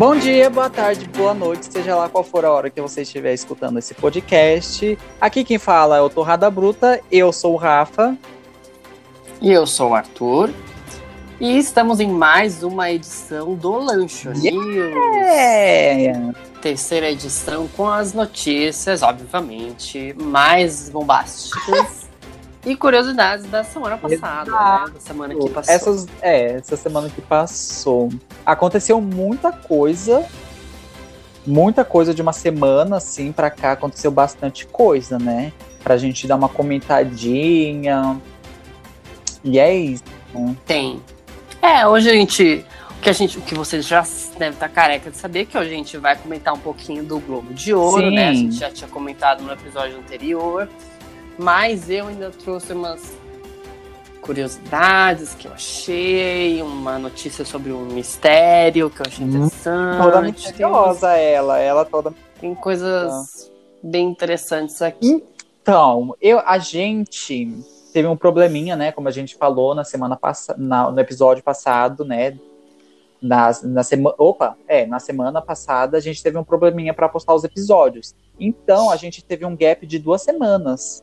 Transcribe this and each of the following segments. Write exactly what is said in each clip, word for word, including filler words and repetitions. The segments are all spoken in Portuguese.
Bom dia, boa tarde, boa noite, seja lá qual for a hora que você estiver escutando esse podcast. Aqui quem fala é o Torrada Bruta, eu sou o Rafa. E eu sou o Arthur. E estamos em mais uma edição do Lancho yeah! News. Terceira edição com as notícias, obviamente, mais bombásticas e curiosidades da semana passada, né? Da semana que passou. Essas, é, essa semana que passou. Aconteceu muita coisa. Muita coisa de uma semana, assim, pra cá. Aconteceu bastante coisa, né? Pra gente dar uma comentadinha. E é isso. Tem. É, hoje a gente... O que, a gente, o que vocês já devem estar careca de saber, que hoje a gente vai comentar um pouquinho do Globo de Ouro, Sim. né? A gente já tinha comentado no episódio anterior. Mas eu ainda trouxe umas curiosidades que eu achei, uma notícia sobre um mistério que eu achei interessante. Toda misteriosa ela, ela toda... Tem coisas bem interessantes aqui. Então, eu, a gente teve um probleminha, né? Como a gente falou na semana passada, no episódio passado, né? Na, na semana, opa, é, na semana passada a gente teve um probleminha para postar os episódios. Então a gente teve um gap de duas semanas,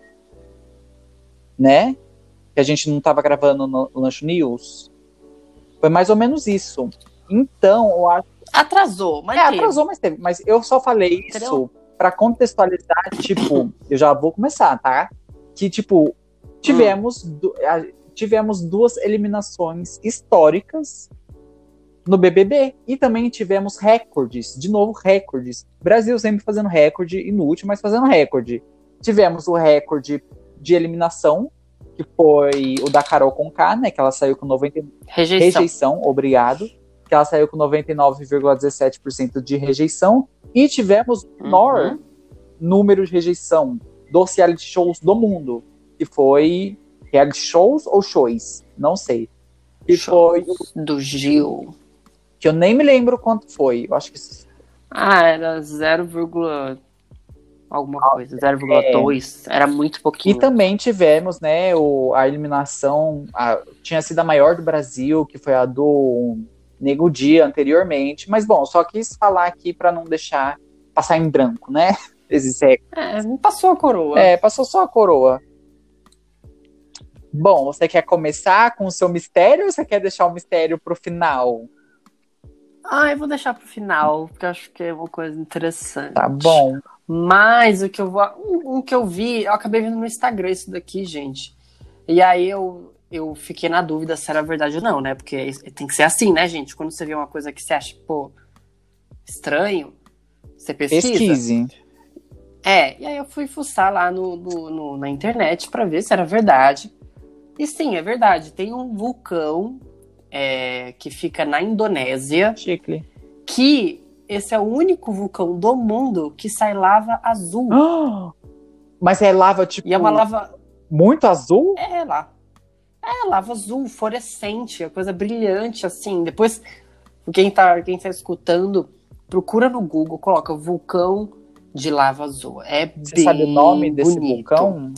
né? Que a gente não estava gravando no Lancho News. Foi mais ou menos isso. Então, eu acho. Atrasou, mas é, teve. atrasou, mas teve. Mas eu só falei isso para contextualizar, tipo, eu já vou começar, tá? Que, tipo, tivemos, hum. du- tivemos duas eliminações históricas no B B B. E também tivemos recordes, de novo recordes. Brasil sempre fazendo recorde, inútil, mas fazendo recorde. Tivemos o recorde de eliminação, que foi o da Carol Conká, né, que ela saiu com noventa... Rejeição. Rejeição, obrigado. Que ela saiu com noventa e nove vírgula dezessete por cento de rejeição. E tivemos o menor uhum. número de rejeição dos reality shows do mundo, que foi reality shows ou shows? Não sei. Que shows foi do Gil. Que eu nem me lembro quanto foi. Eu acho que... Ah, era zero, alguma coisa. zero vírgula dois. É. Era muito pouquinho. E também tivemos, né, o, a eliminação... A, tinha sido a maior do Brasil, que foi a do Nego Di anteriormente. Mas, bom, só quis falar aqui para não deixar passar em branco, né? Esses recordes. É, passou a coroa. É, passou só a coroa. Bom, você quer começar com o seu mistério ou você quer deixar o mistério pro final? Ah, eu vou deixar pro final, porque eu acho que é uma coisa interessante. Tá bom. Mas o que eu vou. Um, um que eu vi, eu acabei vendo no Instagram isso daqui, gente. E aí eu, eu fiquei na dúvida se era verdade ou não, né? Porque tem que ser assim, né, gente? Quando você vê uma coisa que você acha, pô, estranho, você pesquisa. Pesquise. É, e aí eu fui fuçar lá no, no, no, na internet pra ver se era verdade. E sim, é verdade. Tem um vulcão. É, que fica na Indonésia, Chicle. que esse é o único vulcão do mundo que sai lava azul. Oh! Mas é lava, tipo... E é uma lava... muito azul? É, lá. É, lava azul, fluorescente, é coisa brilhante, assim. Depois, quem tá, quem tá escutando, procura no Google, coloca vulcão de lava azul. É Você bem sabe o nome desse bonito. vulcão?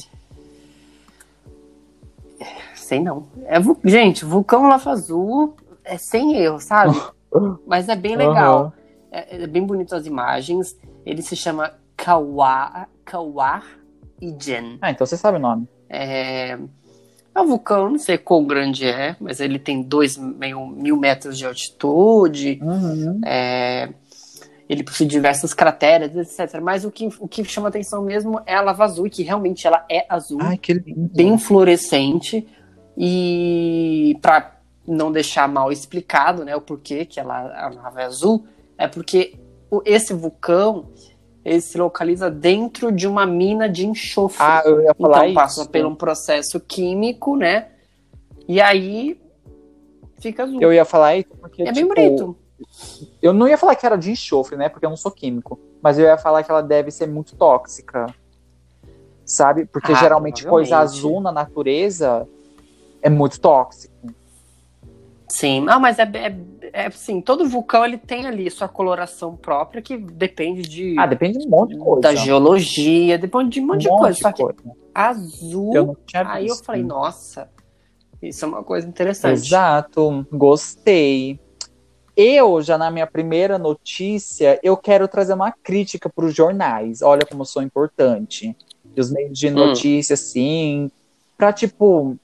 Sei não. É, gente, vulcão lava azul é sem erro, sabe? Mas é bem legal. Uhum. É, é bem bonito as imagens. Ele se chama Kawah, Kawah Ijen. Ah, então você sabe o nome. É, é um vulcão, não sei quão grande é, mas ele tem dois meio, mil metros de altitude. Uhum. É, ele possui diversas crateras, etcétera. Mas o que, o que chama atenção mesmo é a lava azul, que realmente ela é azul. Ai, que lindo. Bem fluorescente. E para não deixar mal explicado, né, o porquê que ela, a lava é azul, é porque o, esse vulcão ele se localiza dentro de uma mina de enxofre. Ah, eu ia falar então isso. Passa por um processo químico, né? E aí fica azul. Eu ia falar isso porque é tipo, bem bonito. Eu não ia falar que era de enxofre, né? Porque eu não sou químico. Mas eu ia falar que ela deve ser muito tóxica. Sabe? Porque ah, geralmente coisa azul na natureza é muito tóxico. Sim, não, mas é, é, é assim, todo vulcão ele tem ali sua coloração própria que depende de... Ah, depende de um monte de coisa. Da geologia, depende de um monte, um de coisa. De só que coisa. azul, eu não tinha aí visto. eu falei, nossa, isso é uma coisa interessante. Exato, gostei. Eu, já na minha primeira notícia, eu quero trazer uma crítica para os jornais. Olha como eu sou importante. E os meios de notícia, hum. assim, pra, tipo...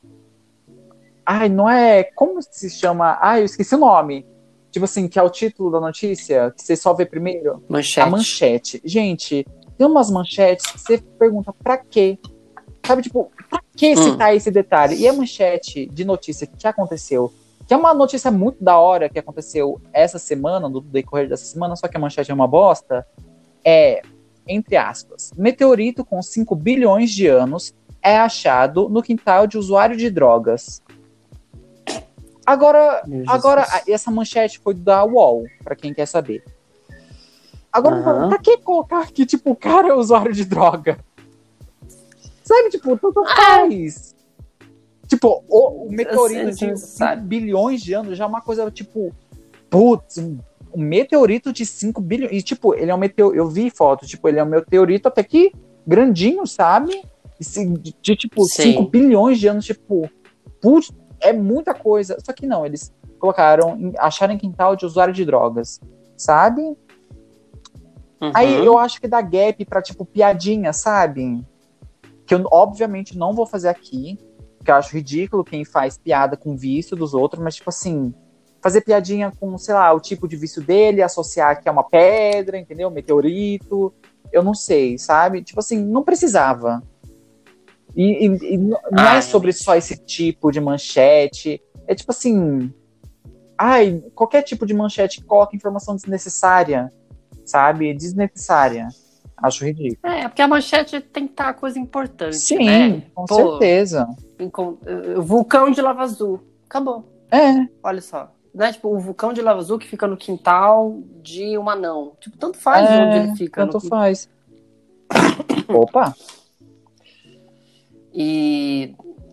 Ai, não é... Como se chama? Ai, eu esqueci o nome. Tipo assim, que é o título da notícia, que você só vê primeiro. Manchete. A manchete. Gente, tem umas manchetes que você pergunta pra quê? Sabe, tipo, pra que citar hum. esse detalhe? E a manchete de notícia que aconteceu, que é uma notícia muito da hora que aconteceu essa semana, no decorrer dessa semana, só que a manchete é uma bosta, é, entre aspas, meteorito com cinco bilhões de anos é achado no quintal de usuário de drogas. Agora, agora essa manchete foi da U O L, pra quem quer saber. Agora, uhum. pra que colocar que, tipo, o cara é usuário de droga? Sabe, tipo, tanto faz. Ah. Tipo, o, o meteorito de cinco bilhões de anos já é uma coisa, tipo, putz, um, um meteorito de cinco bilhões. E, tipo, ele é um meteorito, eu vi foto, tipo, ele é um meteorito até que grandinho, sabe? De, de tipo, Sim. cinco bilhões de anos, tipo, putz, é muita coisa. Só que não, eles colocaram, acharam em quintal de usuário de drogas, sabe? Uhum. Aí eu acho que dá gap pra, tipo, piadinha, sabe? Que eu, obviamente, não vou fazer aqui, porque eu acho ridículo quem faz piada com vício dos outros, mas, tipo assim, fazer piadinha com, sei lá, o tipo de vício dele, associar que é uma pedra, entendeu? Meteorito, eu não sei, sabe? Tipo assim, não precisava. E, e, e não ai, é sobre só esse tipo de manchete, é tipo assim, ai, qualquer tipo de manchete que coloca informação desnecessária, sabe? Desnecessária. Acho ridículo. É, porque a manchete tem que estar coisa importante, Sim, né? com Pô, certeza. Vulcão de lava azul. Acabou. É. Olha só. Né? Tipo, o vulcão de lava azul que fica no quintal de um anão. Tipo, tanto faz é, onde ele fica. Tanto no... faz. Opa! E...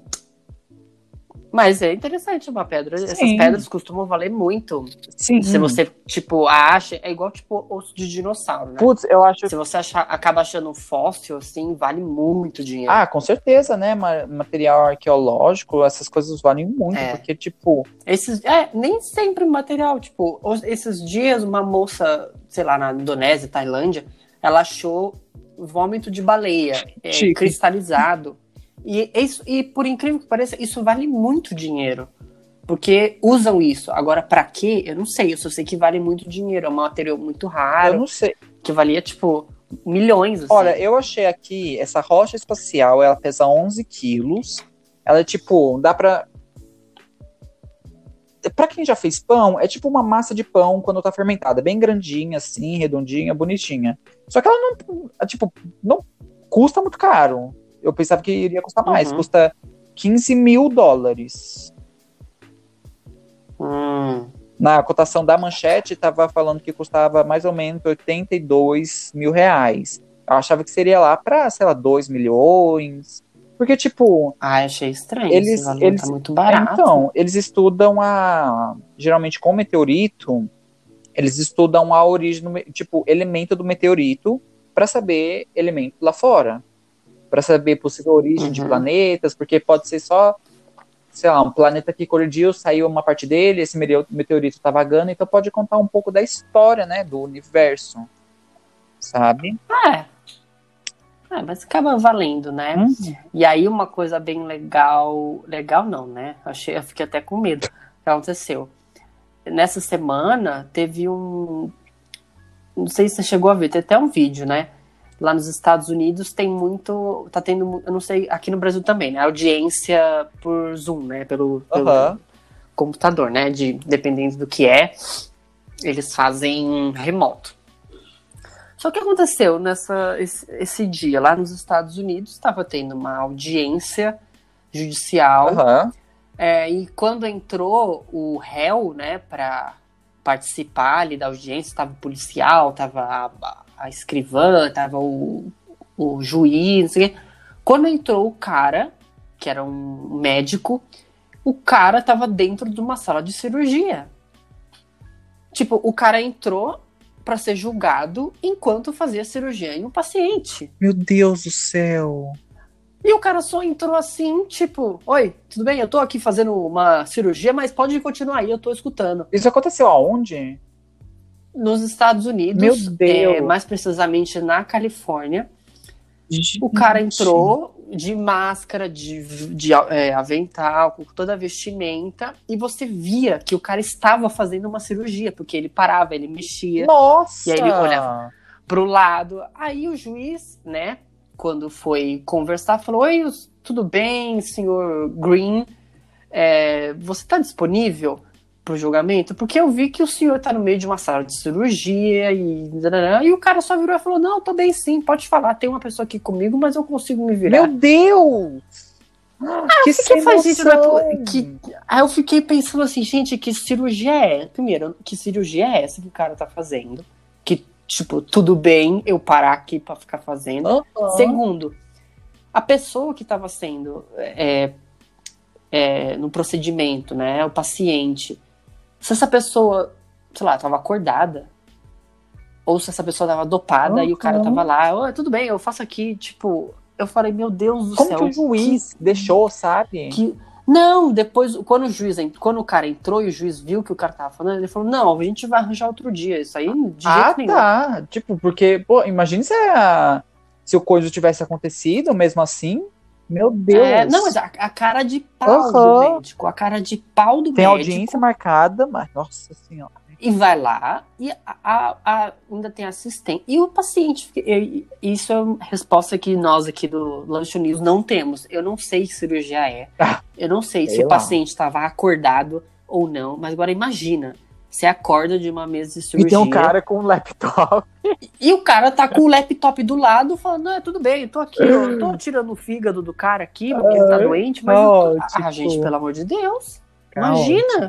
Mas é interessante uma pedra. Sim. Essas pedras costumam valer muito. Sim. Se você, tipo, acha... É igual, tipo, osso de dinossauro, né? Putz, eu acho... Se você achar, acaba achando um fóssil, assim, vale muito dinheiro. Ah, com certeza, né? Material arqueológico, essas coisas valem muito. É. Porque, tipo... Esses, é, nem sempre material. Tipo, esses dias, uma moça, sei lá, na Indonésia, Tailândia, ela achou vômito de baleia é, cristalizado. E, isso, e, por incrível que pareça, isso vale muito dinheiro. Porque usam isso. Agora, pra quê? Eu não sei. Eu só sei que vale muito dinheiro. É um material muito raro. Eu não sei. Que valia, tipo, milhões. Assim. Olha, eu achei aqui, essa rocha espacial, ela pesa onze quilos. Ela é, tipo, dá pra... Pra quem já fez pão, é tipo uma massa de pão quando tá fermentada. Bem grandinha, assim, redondinha, bonitinha. Só que ela não, tipo, não custa muito caro. Eu pensava que iria custar mais. Uhum. Custa quinze mil dólares. Hum. Na cotação da manchete, tava falando que custava mais ou menos oitenta e dois mil reais. Eu achava que seria lá pra, sei lá, dois milhões. Porque, tipo... Ah, achei estranho. Eles, esse valor eles, tá muito barato. Então, eles estudam a... Geralmente, com meteorito, eles estudam a origem, do, tipo, elemento do meteorito pra saber elemento lá fora. Para saber possível origem uhum. de planetas, porque pode ser só, sei lá, um planeta que colidiu, saiu uma parte dele, esse meteorito tá vagando, então pode contar um pouco da história, né, do universo, sabe? É, é mas acaba valendo, né? Uhum. E aí uma coisa bem legal, legal não, né? Achei, eu fiquei até com medo. O que aconteceu? Nessa semana teve um, não sei se você chegou a ver, tem até um vídeo, né? Lá nos Estados Unidos tem muito, tá tendo, eu não sei, aqui no Brasil também, né? Audiência por Zoom, né? Pelo, pelo uhum. computador, né? De, dependendo do que é, eles fazem remoto. Só que aconteceu nessa, esse, esse dia lá nos Estados Unidos, estava tendo uma audiência judicial. Uhum. É, e quando entrou o réu, né, para participar ali da audiência, estava o policial, estava a, a escrivã, tava o, o juiz, não sei o quê. Quando entrou o cara, que era um médico, o cara tava dentro de uma sala de cirurgia. Tipo, o cara entrou pra ser julgado enquanto fazia cirurgia em um paciente. Meu Deus do céu! E o cara só entrou assim, tipo, oi, tudo bem? Eu tô aqui fazendo uma cirurgia, mas pode continuar aí, eu tô escutando. Isso aconteceu aonde? Nos Estados Unidos, Meu Deus. É, mais precisamente na Califórnia. Gente. O cara entrou de máscara, de, de é, avental, com toda a vestimenta, e você via que o cara estava fazendo uma cirurgia, porque ele parava, ele mexia. Nossa! E aí ele olhava pro lado. Aí o juiz, né, quando foi conversar, falou: oi, tudo bem, senhor Green? É, você está disponível pro julgamento? Porque eu vi que o senhor tá no meio de uma sala de cirurgia e... E o cara só virou e falou: não, tô bem sim, pode falar, tem uma pessoa aqui comigo, mas eu consigo me virar. Meu Deus! Ah, que sem noção! Que... Aí eu fiquei pensando assim, gente, que cirurgia é? Primeiro, que cirurgia é essa que o cara tá fazendo? Que, tipo, tudo bem eu parar aqui pra ficar fazendo. Uhum. Segundo, a pessoa que tava sendo é, é, no procedimento, né, o paciente, se essa pessoa, sei lá, tava acordada, ou se essa pessoa tava dopada, uhum. e o cara tava lá, oh, tudo bem, eu faço aqui, tipo, eu falei, meu Deus do Como céu. Como que o juiz que... deixou, sabe? Que... Não, depois, quando o juiz, quando o cara entrou e o juiz viu que o cara tava falando, ele falou, não, a gente vai arranjar outro dia, isso aí de ah, jeito nenhum. Ah, tá, tipo, porque, pô, imagina se, a... se o coisa tivesse acontecido, mesmo assim, meu Deus. É, não, mas a, a cara de pau uhum. do médico, a cara de pau do Tem médico. Tem audiência marcada, mas, nossa senhora. E vai lá, e a, a, a, ainda tem assistente. E o paciente, e, isso é uma resposta que nós aqui do Lancho News não temos. Eu não sei que cirurgia é. Ah, eu não sei se lá. o paciente estava acordado ou não. Mas agora imagina, você acorda de uma mesa de cirurgia. E tem um cara com um laptop. E, e o cara tá com o laptop do lado, falando, não, tudo bem, eu tô aqui, eu tô tirando o fígado do cara aqui, porque ele tá doente. Mas, oh, eu, tipo... ah, gente, pelo amor de Deus, imagina.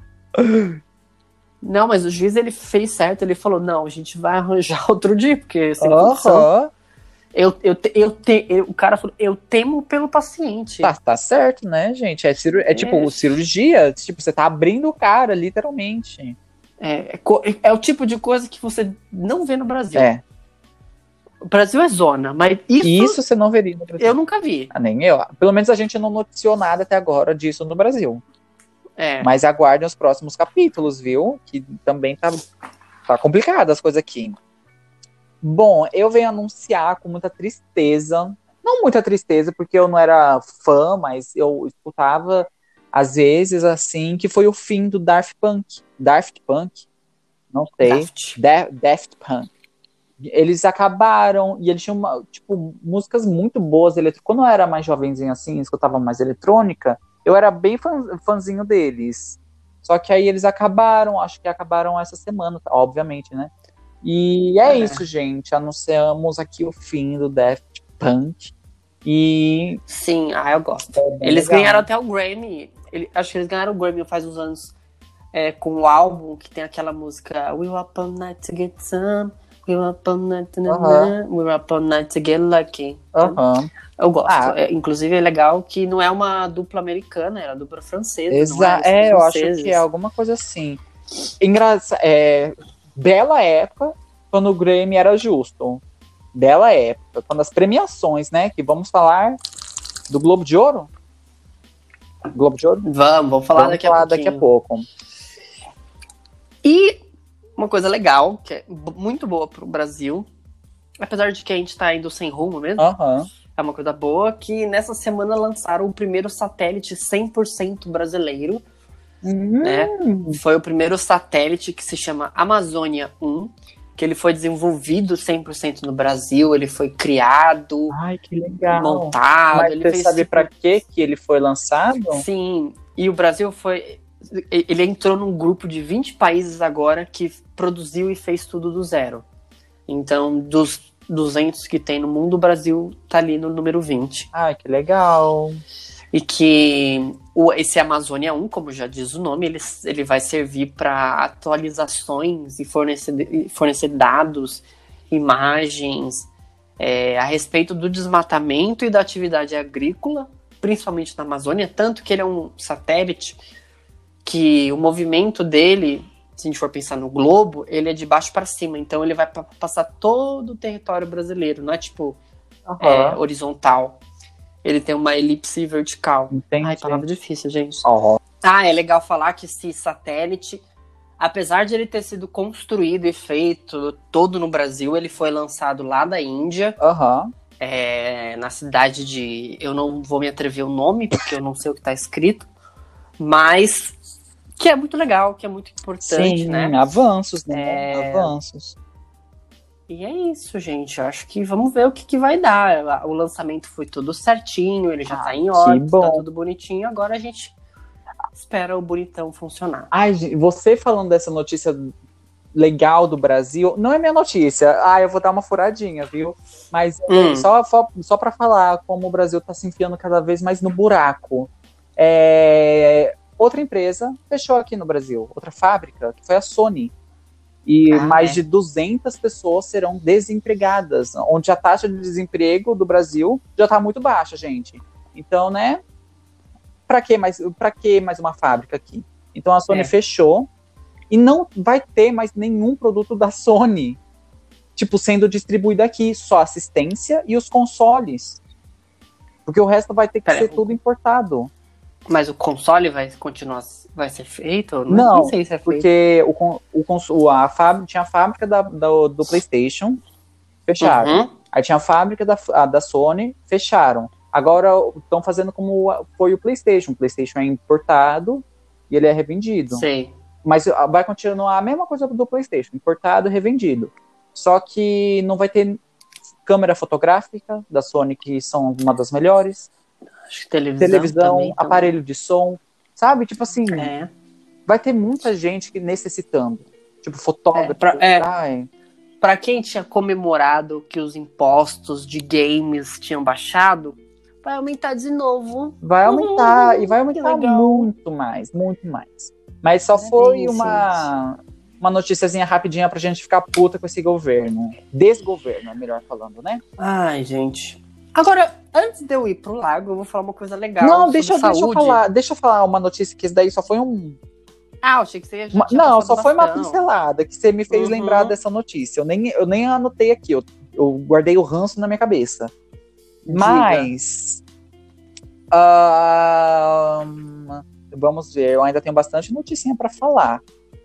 Não, mas o juiz, ele fez certo, ele falou, não, a gente vai arranjar outro dia, porque sem uhum. condição. Eu, eu, eu, te, eu, o cara falou, eu temo pelo paciente. Tá, tá certo, né, gente? É, ciru... é, é tipo, cirurgia, tipo, você tá abrindo o cara, literalmente. É, é, é o tipo de coisa que você não vê no Brasil. É. O Brasil é zona, mas isso... Isso você não veria no Brasil. Eu nunca vi. Ah, nem eu. Pelo menos a gente não noticiou nada até agora disso no Brasil. É. Mas aguardem os próximos capítulos, viu? Que também tá, tá complicado as coisas aqui. Bom, eu venho anunciar com muita tristeza. Não muita tristeza, porque eu não era fã, mas eu escutava, às vezes, assim, que foi o fim do Daft Punk. Daft Punk? Não sei. Daft, Da- Daft Punk. Eles acabaram, e eles tinham, uma, tipo, músicas muito boas. Eletro... Quando eu era mais jovenzinho, assim, escutava mais eletrônica, eu era bem fã, fãzinho deles. Só que aí eles acabaram, acho que acabaram essa semana, obviamente, né? E é, é isso, gente. Anunciamos aqui o fim do Daft Punk. E... Sim, ah, eu gosto. É eles legal. Ganharam até o Grammy. Ele, acho que eles ganharam o Grammy faz uns anos é, com o álbum que tem aquela música We Were Up All Night to Get Some, We Were Up All Night to, uh-huh. We Were Up All Night to Get Lucky. Uh-huh. Eu gosto. Ah. É, inclusive é legal que não é uma dupla americana, é uma dupla francesa. Exato. É, é eu acho que é alguma coisa assim. Engraçado. É, bela época, quando o Grammy era justo. Bela época. Quando as premiações, né? Que vamos falar do Globo de Ouro? Globo de Ouro? Vamos, vamos falar, vamos daqui, falar a daqui a pouco. E uma coisa legal, que é muito boa pro Brasil, apesar de que a gente tá indo sem rumo mesmo. Aham. Uhum. É uma coisa boa, que nessa semana lançaram o primeiro satélite cem por cento brasileiro. Uhum. Né? Foi o primeiro satélite que se chama Amazônia um, que ele foi desenvolvido cem por cento no Brasil, ele foi criado, ai, que legal. montado. Mas ele você fez sabe tipo... pra que que ele foi lançado? Sim, e o Brasil foi... Ele entrou num grupo de vinte países agora que produziu e fez tudo do zero. Então, dos duzentos que tem no mundo, o Brasil tá ali no número vinte. Ai, que legal. E que o, esse Amazônia um, como já diz o nome, ele, ele vai servir para atualizações e fornecer, fornecer dados, imagens é, a respeito do desmatamento e da atividade agrícola, principalmente na Amazônia, tanto que ele é um satélite que o movimento dele, se a gente for pensar no globo, ele é de baixo para cima, então ele vai pa- passar todo o território brasileiro, não é tipo uhum. é, horizontal. Ele tem uma elipse vertical. Entendi. Ai, palavra difícil, gente. Oh. Ah, é legal falar que esse satélite, apesar de ele ter sido construído e feito todo no Brasil, ele foi lançado lá da Índia. Aham. É, na cidade de... Eu não vou me atrever o nome, porque eu não sei o que tá escrito. Mas que é muito legal, que é muito importante, Sim, né? avanços, né? É... Avanços. E é isso, gente. Eu acho que vamos ver o que, que vai dar. O lançamento foi tudo certinho, ele já Ah, tá em que órbita, bom. tá tudo bonitinho. Agora a gente espera o bonitão funcionar. Ai, gente, você falando dessa notícia legal do Brasil, não é minha notícia. Ah, eu vou dar uma furadinha, viu? Mas Hum. só, só, só para falar como o Brasil tá se enfiando cada vez mais no buraco. É... Outra empresa fechou aqui no Brasil, outra fábrica, que foi a Sony. E Ah, mais é. de duzentas pessoas serão desempregadas, onde a taxa de desemprego do Brasil já está muito baixa, gente. Então, né? Para que mais, para que mais uma fábrica aqui? Então a Sony É. fechou e não vai ter mais nenhum produto da Sony, tipo, sendo distribuído aqui, só assistência e os consoles. Porque o resto vai ter que Pera, ser tudo importado. Mas o console vai continuar, vai ser feito? Não, não sei se é feito. Porque o, o, o, a fábrica, tinha a fábrica da, do, do PlayStation, fecharam. Uhum. Aí tinha a fábrica da, a, da Sony, fecharam. Agora estão fazendo como foi o PlayStation. O PlayStation é importado e ele é revendido. Sei. Mas vai continuar a mesma coisa do PlayStation, importado e revendido. Só que não vai ter câmera fotográfica da Sony, que são uma das melhores. Acho que televisão, televisão, também, então. aparelho de som, sabe? Tipo assim, É. vai ter muita gente que necessitando. Tipo, fotógrafo. É, pra- é. Ai, Pra quem tinha comemorado que os impostos de games tinham baixado, vai aumentar de novo. vai aumentar, Uhum, e vai que aumentar legal. muito mais, muito mais. Mas só Parabéns, foi uma, uma noticiazinha rapidinha pra gente ficar puta com esse governo. Desgoverno, melhor falando, né? Ai, gente. Agora, antes de eu ir pro lago, eu vou falar uma coisa legal. Não, sobre deixa, deixa eu saúde. falar, deixa eu falar uma notícia que isso daí só foi um. Ah, eu achei que você ia já uma- tinha não, passado só foi uma bastão. pincelada que você me fez Uhum. lembrar dessa notícia. Eu nem, eu nem anotei aqui, eu, eu guardei o ranço na minha cabeça. Diga. Mas. ahn, vamos ver, eu ainda tenho bastante noticinha pra falar.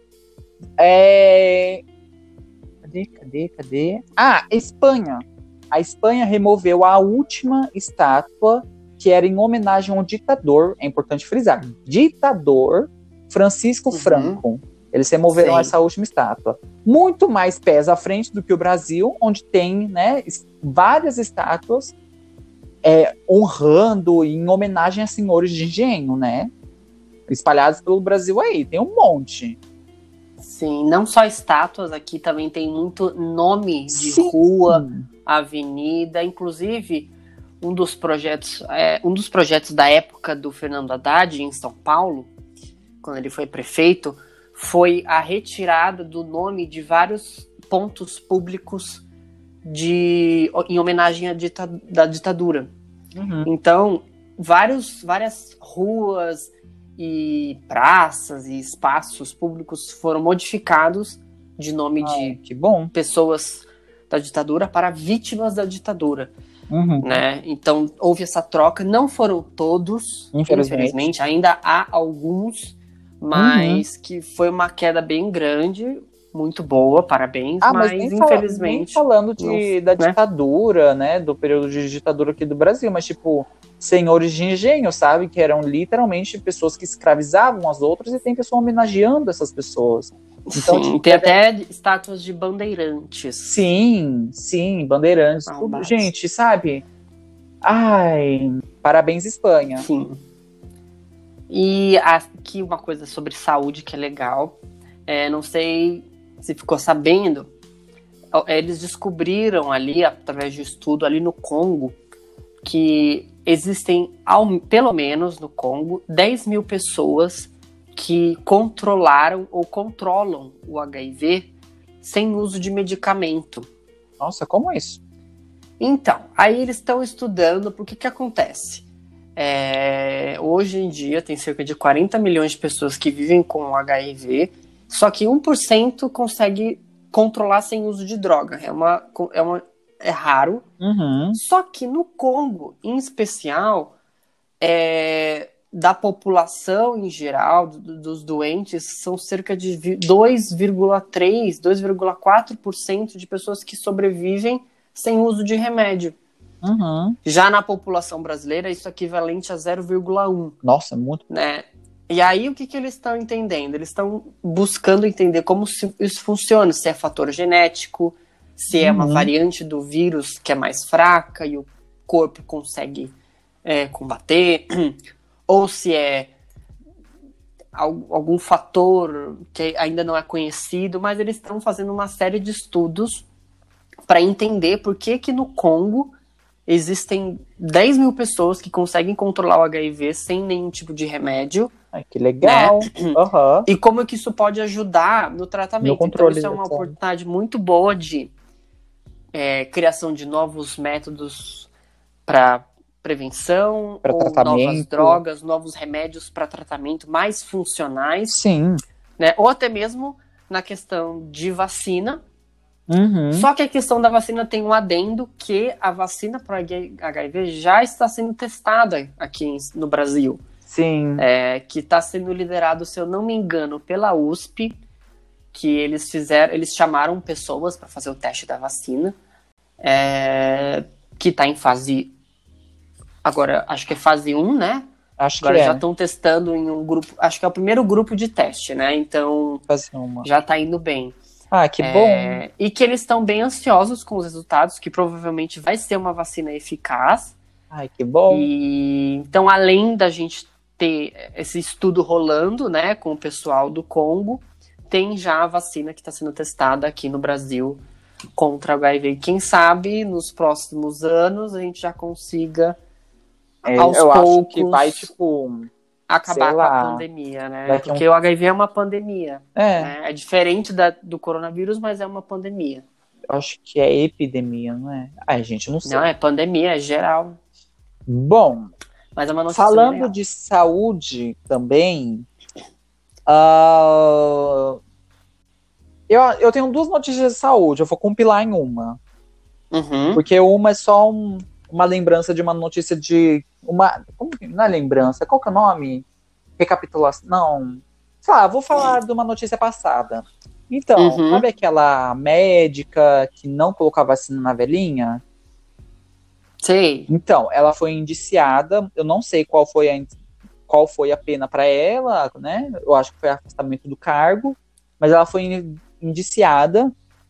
É... Cadê, cadê, cadê? Ah, Espanha. A Espanha removeu a última estátua que era em homenagem ao ditador, é importante frisar, ditador Francisco Uhum. Franco. Eles removeram Sei. essa última estátua. Muito mais pés à frente do que o Brasil, onde tem, né, es- várias estátuas é, honrando em homenagem a senhores de engenho, né? Espalhados pelo Brasil aí, tem um monte. Sim, não só estátuas, aqui também tem muito nome de Sim. rua, avenida, inclusive um dos projetos, é, um dos projetos da época do Fernando Haddad em São Paulo, quando ele foi prefeito, foi a retirada do nome de vários pontos públicos de, em homenagem à dita, da ditadura. Uhum. Então, vários, várias ruas e praças e espaços públicos foram modificados de nome Ai, de que bom. pessoas da ditadura para vítimas da ditadura, Uhum. né? Então, houve essa troca. Não foram todos, Infelizmente. infelizmente. Ainda há alguns, mas que foi uma queda bem grande, muito boa, parabéns, Ah, mas, mas, nem, fala- nem infelizmente... falando de, não- da né? ditadura, né? Do período de ditadura aqui do Brasil, mas tipo, senhores de engenho, sabe? Que eram literalmente pessoas que escravizavam as outras e tem pessoa homenageando essas pessoas. Então, Sim, tipo, tem é- até estátuas de bandeirantes. Sim, sim, bandeirantes, tudo. Saudades. Gente, sabe? Ai, parabéns, Espanha. Sim. E aqui uma coisa sobre saúde que é legal. É, não sei se ficou sabendo, eles descobriram ali, através de estudo ali no Congo, que existem, ao, pelo menos no Congo, dez mil pessoas que controlaram ou controlam o H I V sem uso de medicamento. Nossa, como isso? Então, aí eles estão estudando porque que acontece. É, hoje em dia tem cerca de quarenta milhões de pessoas que vivem com o H I V, só que um por cento consegue controlar sem uso de droga. É uma, é uma é raro. Uhum. Só que no Congo, em especial, é, da população em geral, do, dos doentes, são cerca de dois vírgula três, dois vírgula quatro por cento de pessoas que sobrevivem sem uso de remédio. Uhum. Já na população brasileira, isso é equivalente a zero vírgula um. Nossa, muito. Né? E aí, o que, que eles estão entendendo? Eles estão buscando entender como isso funciona, se é fator genético, se é uma Uhum. variante do vírus que é mais fraca e o corpo consegue é, combater, ou se é algum fator que ainda não é conhecido, mas eles estão fazendo uma série de estudos para entender por que que no Congo existem dez mil pessoas que conseguem controlar o H I V sem nenhum tipo de remédio. Ai, que legal. Né? Uhum. E como que isso pode ajudar no tratamento. No controle, então isso é uma oportunidade muito boa de é, criação de novos métodos para prevenção, pra ou tratamento. novas drogas, novos remédios para tratamento mais funcionais. Sim. Né? Ou até mesmo na questão de vacina. Uhum. Só que a questão da vacina tem um adendo, que a vacina para H I V já está sendo testada aqui no Brasil. Sim. É, que está sendo liderado, se eu não me engano, pela U S P, que eles fizeram, eles chamaram pessoas para fazer o teste da vacina, é, que está em fase, agora acho que é fase um, né? Acho agora que já é. estão testando em um grupo, acho que é o primeiro grupo de teste, né? Então Fazer uma. já está indo bem. Ah, que é, bom. E que eles estão bem ansiosos com os resultados, que provavelmente vai ser uma vacina eficaz. Ai, que bom. E, então, além da gente ter esse estudo rolando, né, com o pessoal do Congo, tem já a vacina que está sendo testada aqui no Brasil contra o H I V. Quem sabe, nos próximos anos, a gente já consiga, É, aos eu poucos, acho que vai, tipo... acabar com lá, a pandemia, né? daqui Porque um... o H I V é uma pandemia. É. Né? É diferente da, do coronavírus, mas é uma pandemia. Eu acho que é epidemia, não é? Ai, gente, não sei. Não, é pandemia, é geral. Bom, mas é uma notícia falando legal. de saúde também, uh, eu, eu tenho duas notícias de saúde, eu vou compilar em uma. Uhum. Porque uma é só um, uma lembrança de uma notícia de... Uma, como que, não é lembrança, qual que é o nome? Recapitulação, não. Sei lá, vou falar de uma notícia passada. Então, Uhum. sabe aquela médica que não colocou a vacina na velhinha? Sei. Então, ela foi indiciada, eu não sei qual foi a, qual foi a pena para ela, né? Eu acho que foi afastamento do cargo, mas ela foi indiciada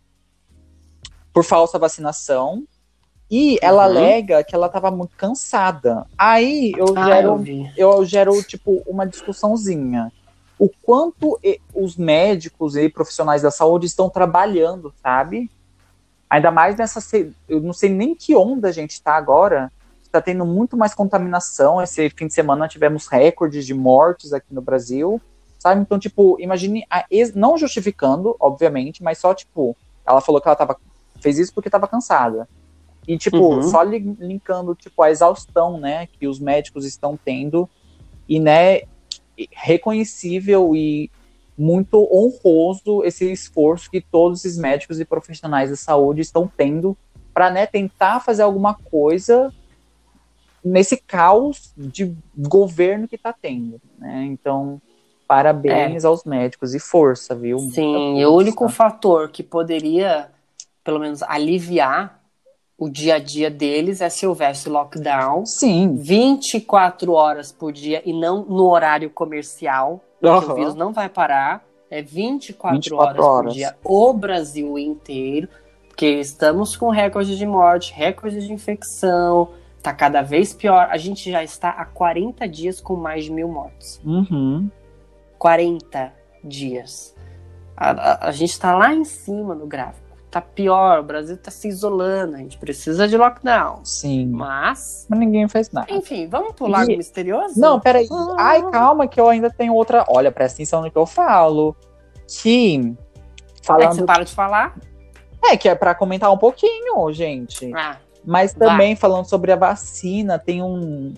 por falsa vacinação. E ela uhum. alega que ela estava muito cansada. Aí eu ah, gero, eu, eu gero tipo, uma discussãozinha. O quanto os médicos e profissionais da saúde estão trabalhando, sabe? Ainda mais nessa... Eu não sei nem que onda a gente está agora. Está tendo muito mais contaminação. Esse fim de semana tivemos recordes de mortes aqui no Brasil, sabe? Então, tipo, imagine... A ex, não justificando, obviamente, mas só, tipo... Ela falou que ela tava, fez isso porque estava cansada. E, tipo, uhum. só li, linkando, tipo, a exaustão, né, que os médicos estão tendo, e, né, reconhecível e muito honroso esse esforço que todos esses médicos e profissionais da saúde estão tendo para, né, tentar fazer alguma coisa nesse caos de governo que está tendo, né, então, parabéns é. aos médicos e força, viu? Sim, e o único fator que poderia, pelo menos, aliviar o dia a dia deles é se houvesse lockdown. Sim. vinte e quatro horas por dia e não no horário comercial. Porque uhum. o vírus não vai parar. É vinte e quatro, vinte e quatro horas, horas por dia o Brasil inteiro. Porque estamos com recorde de morte, recorde de infecção. Tá cada vez pior. A gente já está há quarenta dias com mais de mil mortes. Uhum. quarenta dias. A, a, a gente tá lá em cima no gráfico. Tá pior, o Brasil tá se isolando, a gente precisa de lockdown. Sim. Mas... Mas ninguém faz nada. Enfim, vamos pro Lago e... Misterioso? Não, peraí. Ah. Ai, calma, que eu ainda tenho outra... Olha, presta atenção no que eu falo. Que... Falando... É que você para de falar? É, que é pra comentar um pouquinho, gente. Ah, Mas também, vai. Falando sobre a vacina, tem um...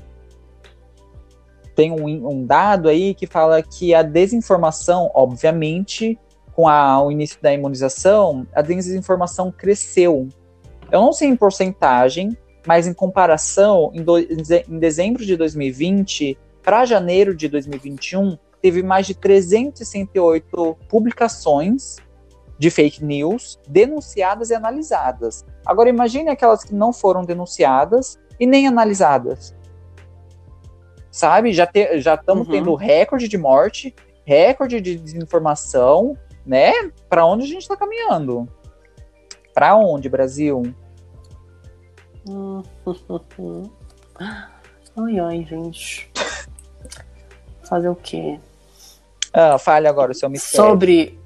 Tem um, um dado aí que fala que a desinformação, obviamente... com a, o início da imunização, a desinformação cresceu. Eu não sei em porcentagem, mas em comparação, em, do, em dezembro de dois mil e vinte para janeiro de dois mil e vinte e um, teve mais de trezentas e sessenta e oito publicações de fake news denunciadas e analisadas. Agora imagine aquelas que não foram denunciadas e nem analisadas. Sabe? Já te, já estamos uhum. tendo recorde de morte, recorde de desinformação, né? Para onde a gente está caminhando? Para onde, Brasil? Ai, ai, gente. Fazer o quê? Ah, fale agora o seu mistério. Sobre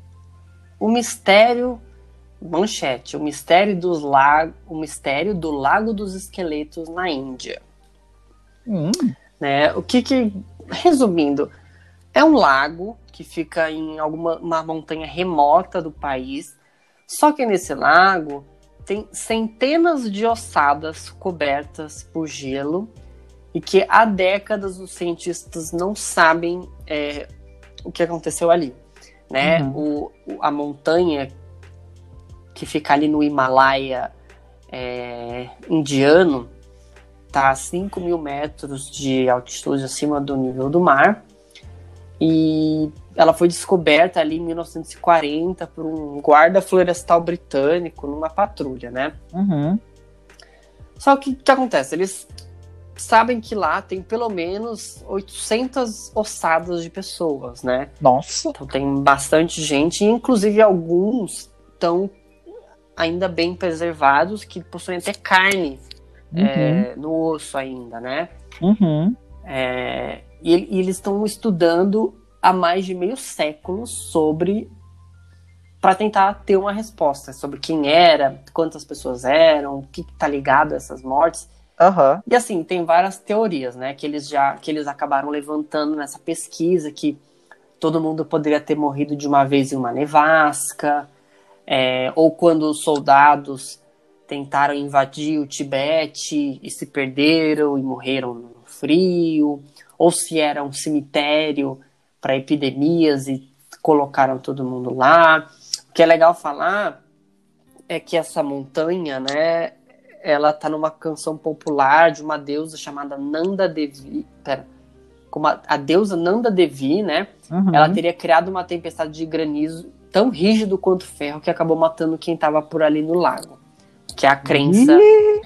o mistério, manchete, o mistério dos lag, o mistério do Lago dos Esqueletos na Índia. Hum. Né? O que que, resumindo, é um lago que fica em alguma uma montanha remota do país. Só que nesse lago tem centenas de ossadas cobertas por gelo e que há décadas os cientistas não sabem é, o que aconteceu ali. Né? Uhum. O, a montanha que fica ali no Himalaia é, indiano está a cinco mil metros de altitude acima do nível do mar. E ela foi descoberta ali em mil novecentos e quarenta por um guarda florestal britânico numa patrulha, né? Uhum. Só que o que acontece? Eles sabem que lá tem pelo menos oitocentas ossadas de pessoas, né? Nossa! Então tem bastante gente, inclusive alguns estão ainda bem preservados, que possuem até carne uhum. é, no osso ainda, né? Uhum. É, e, e eles estão estudando há mais de meio século sobre, para tentar ter uma resposta sobre quem era, quantas pessoas eram, o que está ligado a essas mortes. Uhum. E assim, tem várias teorias, né, que eles já que eles acabaram levantando nessa pesquisa, que todo mundo poderia ter morrido de uma vez em uma nevasca, é, ou quando os soldados tentaram invadir o Tibete e se perderam e morreram no frio, ou se era um cemitério para epidemias e colocaram todo mundo lá. O que é legal falar é que essa montanha, né, ela tá numa canção popular de uma deusa chamada Nanda Devi, pera, como a, a deusa Nanda Devi, né, uhum. ela teria criado uma tempestade de granizo tão rígido quanto ferro que acabou matando quem estava por ali no lago, que é a crença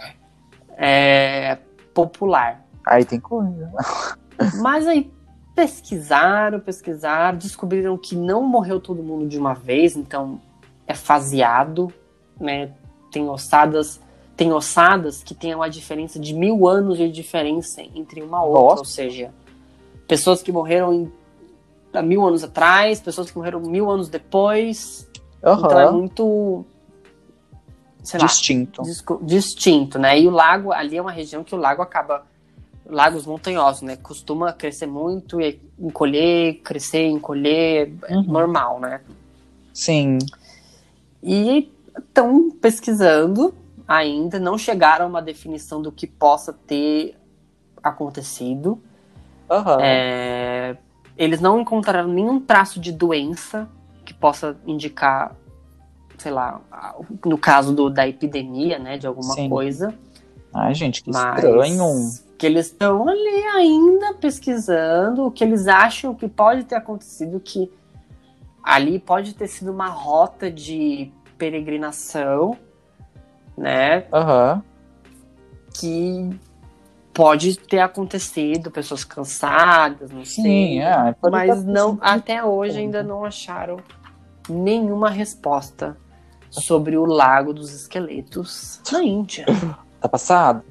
é, popular. Aí tem coisa. Mas aí pesquisaram, pesquisaram, descobriram que não morreu todo mundo de uma vez, então é faseado, né? Tem ossadas, tem ossadas que têm uma diferença de mil anos de diferença entre uma outra, Nossa. Ou seja, pessoas que morreram em, há mil anos atrás, pessoas que morreram mil anos depois. Uhum. Então é muito, sei lá, distinto. disco, distinto, né? E o lago, ali é uma região que o lago acaba, lagos montanhosos, né? Costuma crescer muito e encolher, crescer, encolher, é uhum. normal, né? Sim. E estão pesquisando ainda, não chegaram a uma definição do que possa ter acontecido. Uhum. É, eles não encontraram nenhum traço de doença que possa indicar, sei lá, no caso do, da epidemia, né, de alguma Sim. coisa. Ai, gente, que Mas estranho. Que eles estão ali ainda pesquisando o que eles acham que pode ter acontecido, que ali pode ter sido uma rota de peregrinação, né? Uhum. Que pode ter acontecido, pessoas cansadas, não Sim, sei. É, mas não, até hoje ainda não acharam nenhuma resposta sobre o Lago dos Esqueletos na Índia. Tá passado?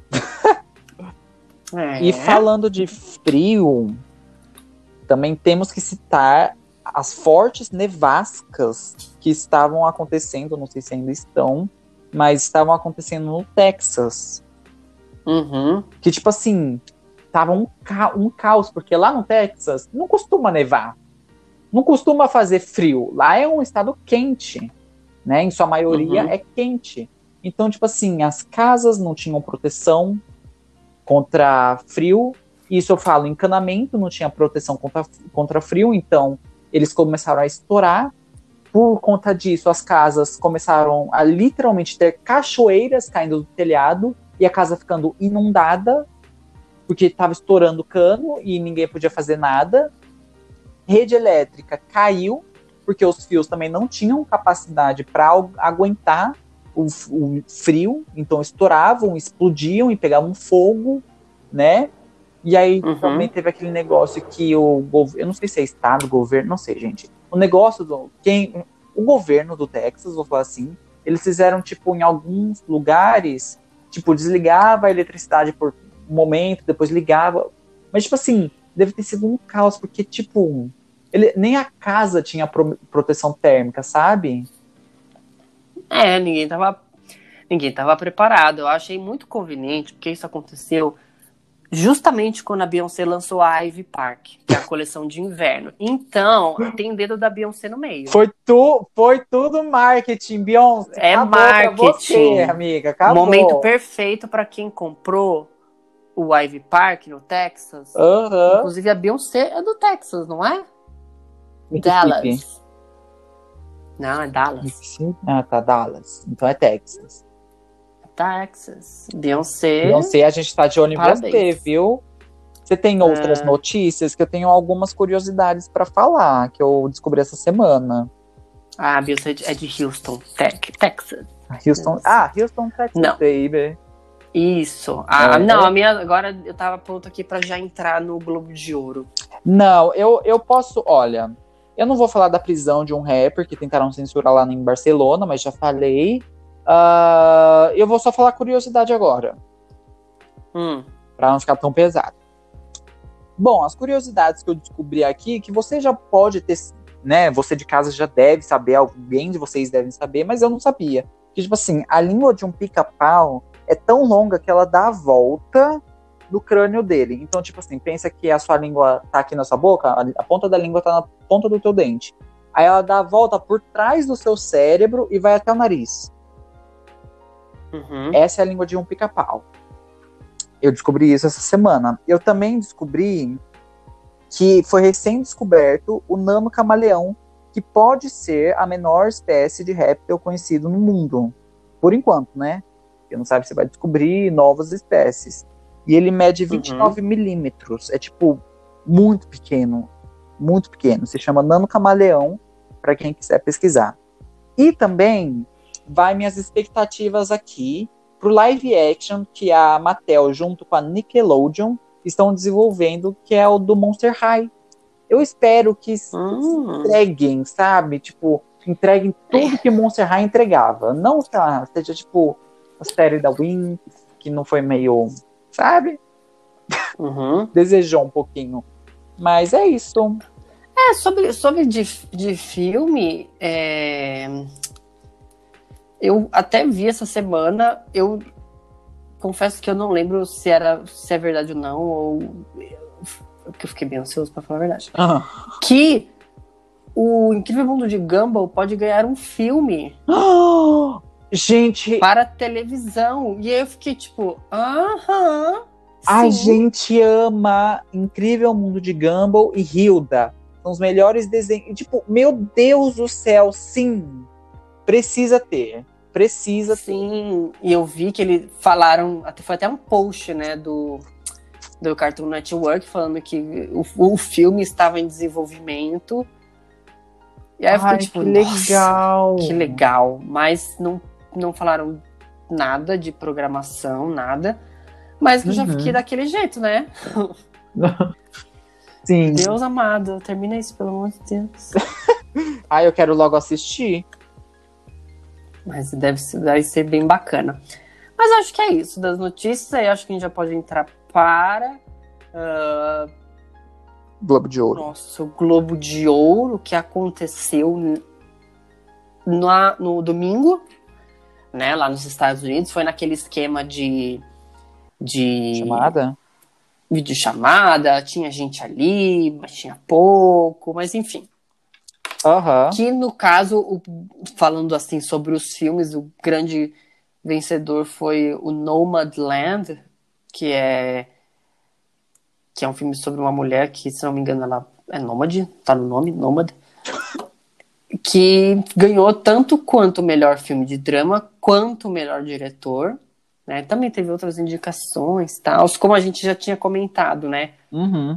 É. E falando de frio, também temos que citar as fortes nevascas que estavam acontecendo, não sei se ainda estão, mas estavam acontecendo no Texas. Uhum. Que, tipo assim, tava um, ca- um caos, porque lá no Texas não costuma nevar, não costuma fazer frio. Lá é um estado quente, né? Em sua maioria uhum. é quente. Então, tipo assim, as casas não tinham proteção contra frio. Isso eu falo, encanamento não tinha proteção contra, contra frio, então eles começaram a estourar por conta disso, as casas começaram a literalmente ter cachoeiras caindo do telhado e a casa ficando inundada, porque estava estourando cano e ninguém podia fazer nada. Rede elétrica caiu, porque os fios também não tinham capacidade para aguentar o, o frio, então estouravam, explodiam e pegavam fogo, né? E aí Uhum. também teve aquele negócio que o governo, eu não sei se é estado, governo, não sei, gente. O negócio do quem, o governo do Texas, vou falar assim, eles fizeram tipo em alguns lugares, tipo desligava a eletricidade por um momento, depois ligava, mas tipo assim, deve ter sido um caos porque tipo ele, nem a casa tinha pro, proteção térmica, sabe? É, ninguém tava, ninguém tava preparado. Eu achei muito conveniente, porque isso aconteceu justamente quando a Beyoncé lançou a Ivy Park, que é a coleção de inverno. Então, tem o dedo da Beyoncé no meio. Foi, tu, foi tudo marketing, Beyoncé. É Acabou marketing. pra você, amiga. Acabou. Momento perfeito para quem comprou o Ivy Park no Texas. Uhum. Inclusive, a Beyoncé é do Texas, não é? Dallas. Não, é Dallas. Ah, tá, Dallas. Então é Texas. Texas. Beyoncé. Beyoncé, a gente tá de olho em Parabéns. você, viu? Você tem outras É. notícias que eu tenho algumas curiosidades pra falar, que eu descobri essa semana. Ah, a Beyoncé é de Houston, Tech, Texas. Houston. Ah, Houston, Texas, Não. baby. Isso. Ah, É. não, a minha. Agora eu tava pronto aqui pra já entrar no Globo de Ouro. Não, eu, eu posso. Olha, eu não vou falar da prisão de um rapper que tentaram censurar lá em Barcelona, mas já falei. Uh, eu vou só falar curiosidade agora. Hum. Pra não ficar tão pesado. Bom, as curiosidades que eu descobri aqui, que você já pode ter, né? Você de casa já deve saber, alguém de vocês devem saber, mas eu não sabia. Que, tipo assim, a língua de um pica-pau é tão longa que ela dá a volta do crânio dele. Então, tipo assim, pensa que a sua língua tá aqui na sua boca, a, a ponta da língua tá na ponta do teu dente. Aí ela dá a volta por trás do seu cérebro e vai até o nariz. Uhum. Essa é a língua de um pica-pau. Eu descobri isso essa semana. Eu também descobri que foi recém-descoberto o nano-camaleão, que pode ser a menor espécie de réptil conhecido no mundo. Por enquanto, né? Porque não sabe se vai descobrir novas espécies. E ele mede vinte e nove milímetros. É tipo, muito pequeno. Muito pequeno. Se chama nano-camaleão, para quem quiser pesquisar. E também vai minhas expectativas aqui pro live action que a Mattel, junto com a Nickelodeon, estão desenvolvendo, que é o do Monster High. Eu espero que Hum. entreguem, sabe? Tipo, entreguem tudo que Monster High entregava. Não, sei lá, seja tipo a série da Winx, que não foi meio, sabe? Uhum. Desejou um pouquinho. Mas é isso. É, sobre, sobre de, de filme, é... eu até vi essa semana, eu confesso que eu não lembro se, era, se é verdade ou não, ou que eu fiquei bem ansioso pra falar a verdade. Ah. Que o Incrível Mundo de Gumball pode ganhar um filme Oh, gente, para televisão. E aí eu fiquei tipo, aham. a sim. gente ama Incrível Mundo de Gumball e Hilda. São os melhores desenhos. Tipo, meu Deus do céu, sim. Precisa ter. Precisa ter. Sim, e eu vi que eles falaram, até, foi até um post, né, do, do Cartoon Network, falando que o, o filme estava em desenvolvimento. E aí eu fiquei Ai, tipo, que nossa, legal. que legal. Mas não, não falaram nada de programação, nada. Mas eu já Uhum. fiquei daquele jeito, né? Sim. Deus amado, termina isso, pelo amor de Deus. Ai, eu quero logo assistir. Mas deve ser, deve ser bem bacana. Mas acho que é isso das notícias. Aí acho que a gente já pode entrar para uh, Globo de Ouro. nosso Globo de Ouro, que aconteceu no, no domingo, né, lá nos Estados Unidos. Foi naquele esquema de, de Chamada? videochamada. Tinha gente ali, mas tinha pouco. Mas enfim. Aham. Que no caso, o, falando assim sobre os filmes, o grande vencedor foi o Nomadland, que é que é um filme sobre uma mulher que, se não me engano, ela é nômade, tá no nome, nômade, que ganhou tanto quanto o melhor filme de drama, quanto o melhor diretor, né? Também teve outras indicações, tal, como a gente já tinha comentado, né? Uhum.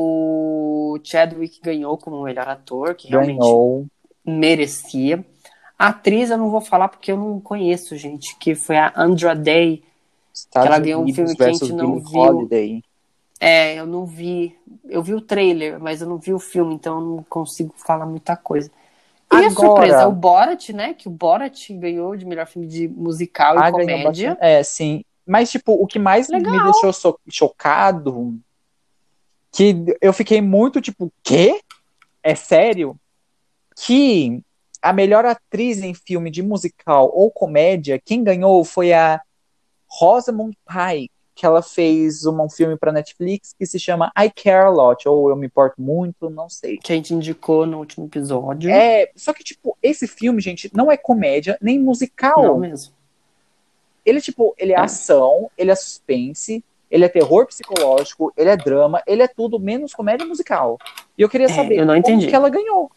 O Chadwick ganhou como melhor ator, que realmente Ganhou. merecia. A atriz eu não vou falar porque eu não conheço, gente, que foi a Andra Day, Estados que ela ganhou um Unidos filme que a versus gente não Billie viu. Holiday. É, eu não vi. Eu vi o trailer, mas eu não vi o filme, então eu não consigo falar muita coisa. E a surpresa é o Agora, Borat, né? Que o Borat ganhou de melhor filme de musical e ah, ganhou bastante. comédia. É, sim. Mas, tipo, o que mais me Legal. deixou so- chocado, que eu fiquei muito, tipo, quê? É sério? Que a melhor atriz em filme de musical ou comédia, quem ganhou foi a Rosamund Pike, que ela fez uma- um filme para Netflix que se chama I Care a Lot, ou Eu Me Importo Muito, não sei. Que a gente indicou no último episódio. É, só que, tipo, esse filme, gente, não é comédia nem Não musical. mesmo. Ele, tipo, ele é É. ação, ele é suspense, ele é terror psicológico, ele é drama, ele é tudo menos comédia musical. E eu queria É, saber eu não como que entendi. ela ganhou.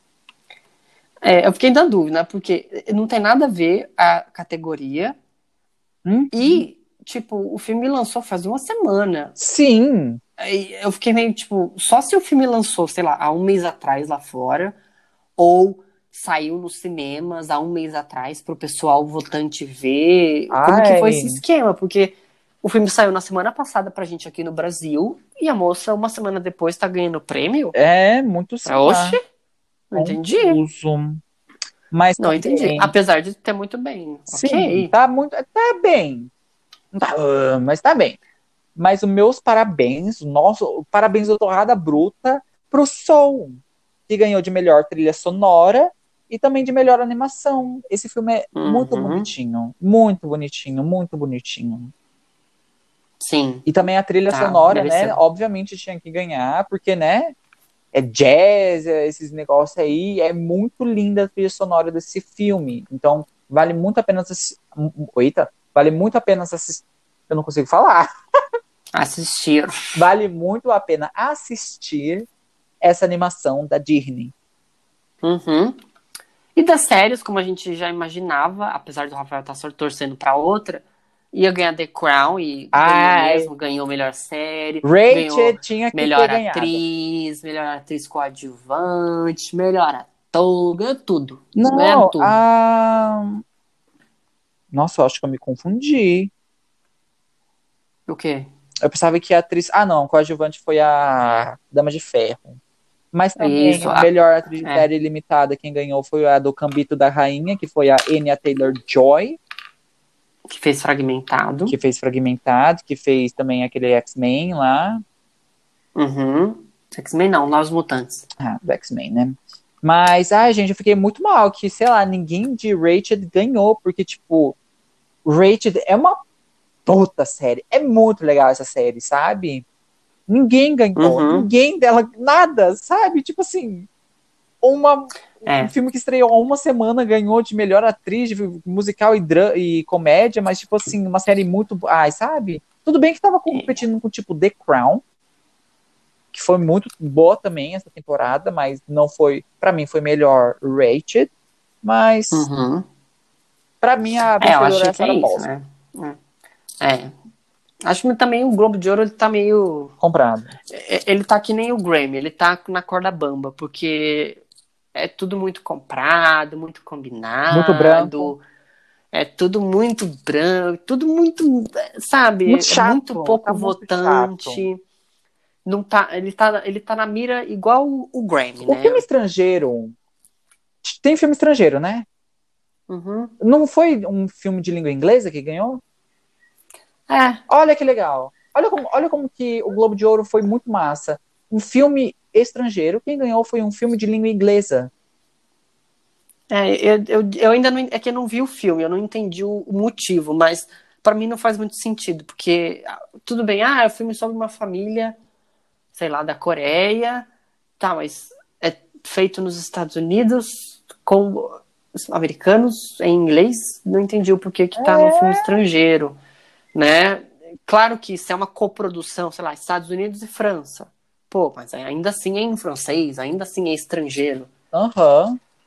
É, eu fiquei na dúvida, porque não tem nada a ver a categoria. Hum? E, tipo, o filme lançou faz uma semana. Sim. Aí eu fiquei meio, tipo, só se o filme lançou, sei lá, há um mês atrás lá fora, ou saiu nos cinemas há um mês atrás pro pessoal votante ver como que foi esse Ai, esquema, porque o filme saiu na semana passada pra gente aqui no Brasil, e a moça, uma semana depois, tá ganhando prêmio? é muito, sei Ah, oxe, lá, não entendi. confuso. Mas Não entendi. também, Apesar de ter muito bem. sim, Ok. tá muito, tá bem. Não tá, ah, mas tá bem. Mas os meus parabéns, nosso, parabéns do Torrada Bruta pro Soul, que ganhou de melhor trilha sonora e também de melhor animação. Esse filme é muito Uhum. bonitinho, muito bonitinho, muito bonitinho. Sim, E também a trilha tá, sonora, né? mereceu. Obviamente tinha que ganhar, porque, né? É jazz, é esses negócios aí. É muito linda a trilha sonora desse filme. Então, vale muito a pena assistir. Eita, vale muito a pena assistir. Eu não consigo falar. Assistir. Vale muito a pena assistir essa animação da Disney. Uhum. E das séries, como a gente já imaginava, apesar do Rafael estar só torcendo pra outra, ia ganhar The Crown e ganhou Ai, mesmo, ganhou melhor série, ganhou Rachel tinha que ter melhor ganhado. atriz, melhor atriz coadjuvante, melhor ator, ganhou tudo. Ganharam Não, tudo. a. Nossa, eu acho que eu me confundi. O quê? Eu pensava que a atriz. Ah, não, a coadjuvante foi a Dama de Ferro. Mas também Isso, a a- melhor atriz de é, série limitada, quem ganhou foi a do Gambito da Rainha, que foi a Anya Taylor-Joy, que fez Fragmentado. que fez Fragmentado, que fez também aquele X-Men lá. Uhum. X-Men não, Novos Mutantes. Ah, do X-Men, né? Mas, ai, gente, eu fiquei muito mal que, sei lá, ninguém de Rated ganhou, porque, tipo, Rated é uma puta série. É muito legal essa série, sabe? Ninguém ganhou, Uhum. ninguém dela, nada, sabe? Tipo assim, uma, um É. filme que estreou há uma semana ganhou de melhor atriz de musical e, dra- e comédia, mas, tipo assim, uma série muito. Ai, sabe? Tudo bem que tava competindo com, tipo, The Crown, que foi muito boa também essa temporada, mas não foi. Pra mim, foi melhor Rated, mas Uhum. pra mim a É, eu vencedora é acho a que é Sarah isso, Paulson. né? É. É. Acho que também o Globo de Ouro ele tá meio. Comprado. Ele tá que nem o Grammy, ele tá na corda bamba, porque é tudo muito comprado, muito Muito branco. combinado, é tudo muito branco, tudo muito, Muito sabe, é muito chato. Tá pouco muito chato. votante. Não tá, ele tá, ele tá na mira igual o, o Grammy, O filme né? estrangeiro. Tem filme estrangeiro, né? Uhum. Não foi um filme de língua inglesa que ganhou? É, Olha que legal. Olha como, olha como que o Globo de Ouro foi muito massa. Um filme estrangeiro, quem ganhou foi um filme de língua inglesa. é eu, eu, eu ainda não, é que eu não vi o filme, eu não entendi o, o motivo, mas pra mim não faz muito sentido, porque ah, tudo bem, ah, é um filme sobre uma família, sei lá, da Coreia, tá, mas é feito nos Estados Unidos com americanos em inglês, não entendi o porquê que tá num filme É. estrangeiro, né? Claro que isso é uma coprodução, sei lá, Estados Unidos e França. Pô, mas ainda assim é em francês, ainda assim é estrangeiro. Aham.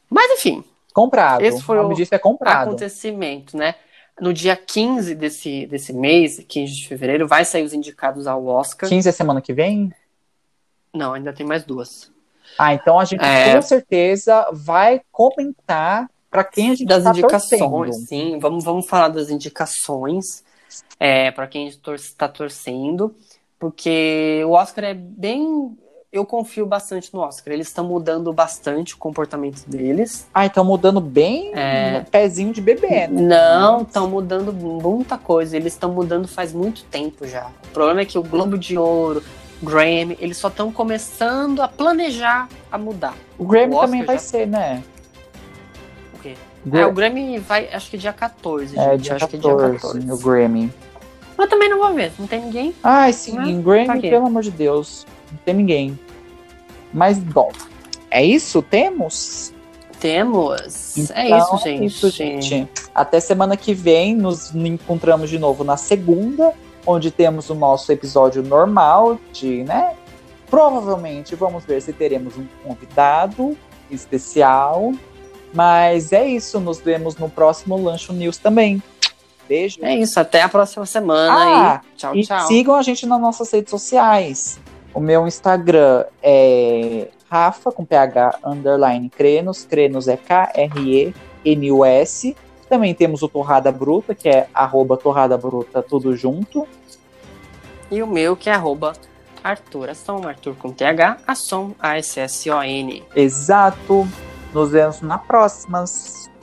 Mas enfim. Comprado. Esse foi o disse, é comprado. acontecimento, né? No dia quinze desse, desse mês, quinze de fevereiro, vai sair os indicados ao Oscar. quinze é semana que vem? Não, ainda tem mais duas. Ah, então a gente é... com certeza vai comentar para quem a gente das tá indicações, torcendo. Sim, vamos, vamos falar das indicações é, para quem está torcendo, porque o Oscar é bem... Eu confio bastante no Oscar. Eles estão mudando bastante o comportamento deles. Ah, então mudando bem é... no pezinho de bebê, né? Não, estão mudando muita coisa. Eles estão mudando faz muito tempo já. O problema é que o Globo de Ouro, Grammy, eles só estão começando a planejar a mudar. O Grammy o também vai já... ser, né? O quê? Gra- é, o Grammy vai, acho que dia quatorze, é, gente. Dia acho quatorze, que é dia quatorze. O Grammy. Mas também não vou ver, não tem ninguém. Ai, sim, né? Grammy, pelo amor de Deus. Não tem ninguém. Mas, bom, é isso? Temos? Temos. Então, é isso, gente. É isso, gente. Até semana que vem, nos encontramos de novo na segunda, onde temos o nosso episódio normal de, né? Provavelmente, vamos ver se teremos um convidado especial. Mas é isso, nos vemos no próximo Lancho News também. Beijo. É isso, até a próxima semana. Ah, e tchau, e tchau. Sigam a gente nas nossas redes sociais. O meu Instagram é Rafa, com P H, underline Crenos. Crenos é K R E N U S. Também temos o Torrada Bruta, que é arroba Torrada Bruta, tudo junto. E o meu, que é arroba Arthur Asson, Arthur com T H, Asson, A S S O N. Exato. Nos vemos na próxima.